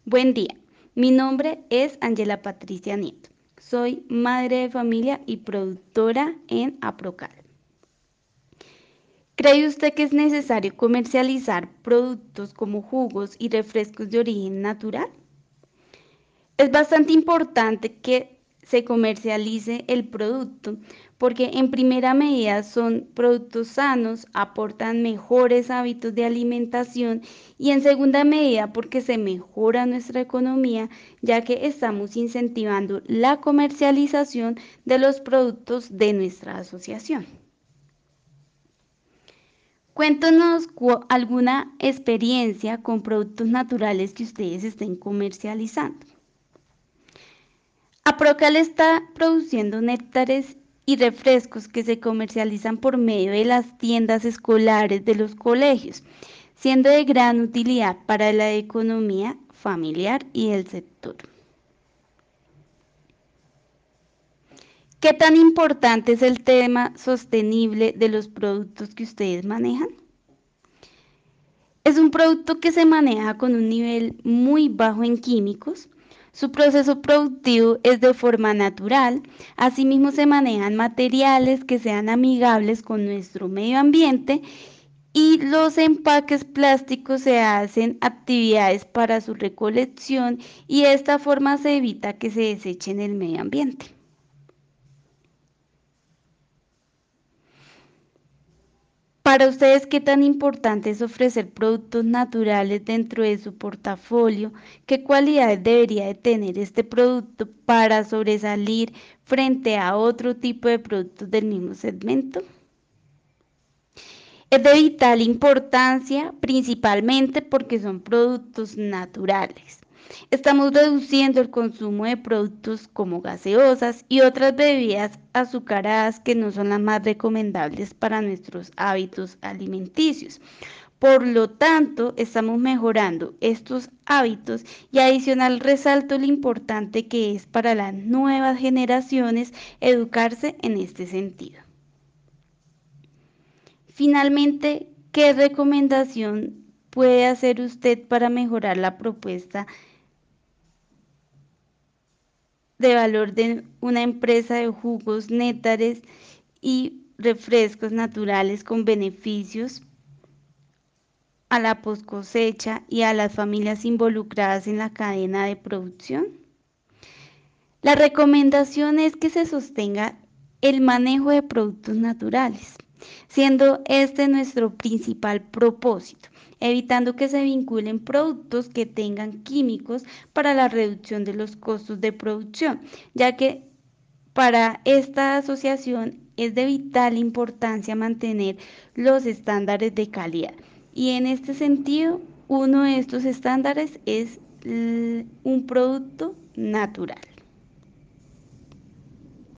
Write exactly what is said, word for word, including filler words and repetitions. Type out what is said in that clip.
Buen día, mi nombre es Ángela Patricia Nieto. Soy madre de familia y productora en Aprocal. ¿Cree usted que es necesario comercializar productos como jugos y refrescos de origen natural? Es bastante importante que se comercialice el producto porque en primera medida son productos sanos, aportan mejores hábitos de alimentación y en segunda medida porque se mejora nuestra economía ya que estamos incentivando la comercialización de los productos de nuestra asociación. Cuéntanos alguna experiencia con productos naturales que ustedes estén comercializando. Aprocal está produciendo néctares y refrescos que se comercializan por medio de las tiendas escolares de los colegios, siendo de gran utilidad para la economía familiar y el sector. ¿Qué tan importante es el tema sostenible de los productos que ustedes manejan? Es un producto que se maneja con un nivel muy bajo en químicos. Su proceso productivo es de forma natural. Asimismo, se manejan materiales que sean amigables con nuestro medio ambiente y los empaques plásticos se hacen actividades para su recolección y de esta forma se evita que se deseche en el medio ambiente. Para ustedes, ¿qué tan importante es ofrecer productos naturales dentro de su portafolio? ¿Qué cualidades debería de tener este producto para sobresalir frente a otro tipo de productos del mismo segmento? Es de vital importancia principalmente porque son productos naturales. Estamos reduciendo el consumo de productos como gaseosas y otras bebidas azucaradas que no son las más recomendables para nuestros hábitos alimenticios. Por lo tanto, estamos mejorando estos hábitos y adicional resalto lo importante que es para las nuevas generaciones educarse en este sentido. Finalmente, ¿qué recomendación puede hacer usted para mejorar la propuesta de valor de una empresa de jugos, néctares y refrescos naturales con beneficios a la post cosecha y a las familias involucradas en la cadena de producción? La recomendación es que se sostenga el manejo de productos naturales, siendo este nuestro principal propósito, evitando que se vinculen productos que tengan químicos para la reducción de los costos de producción, ya que para esta asociación es de vital importancia mantener los estándares de calidad. Y en este sentido, uno de estos estándares es un producto natural.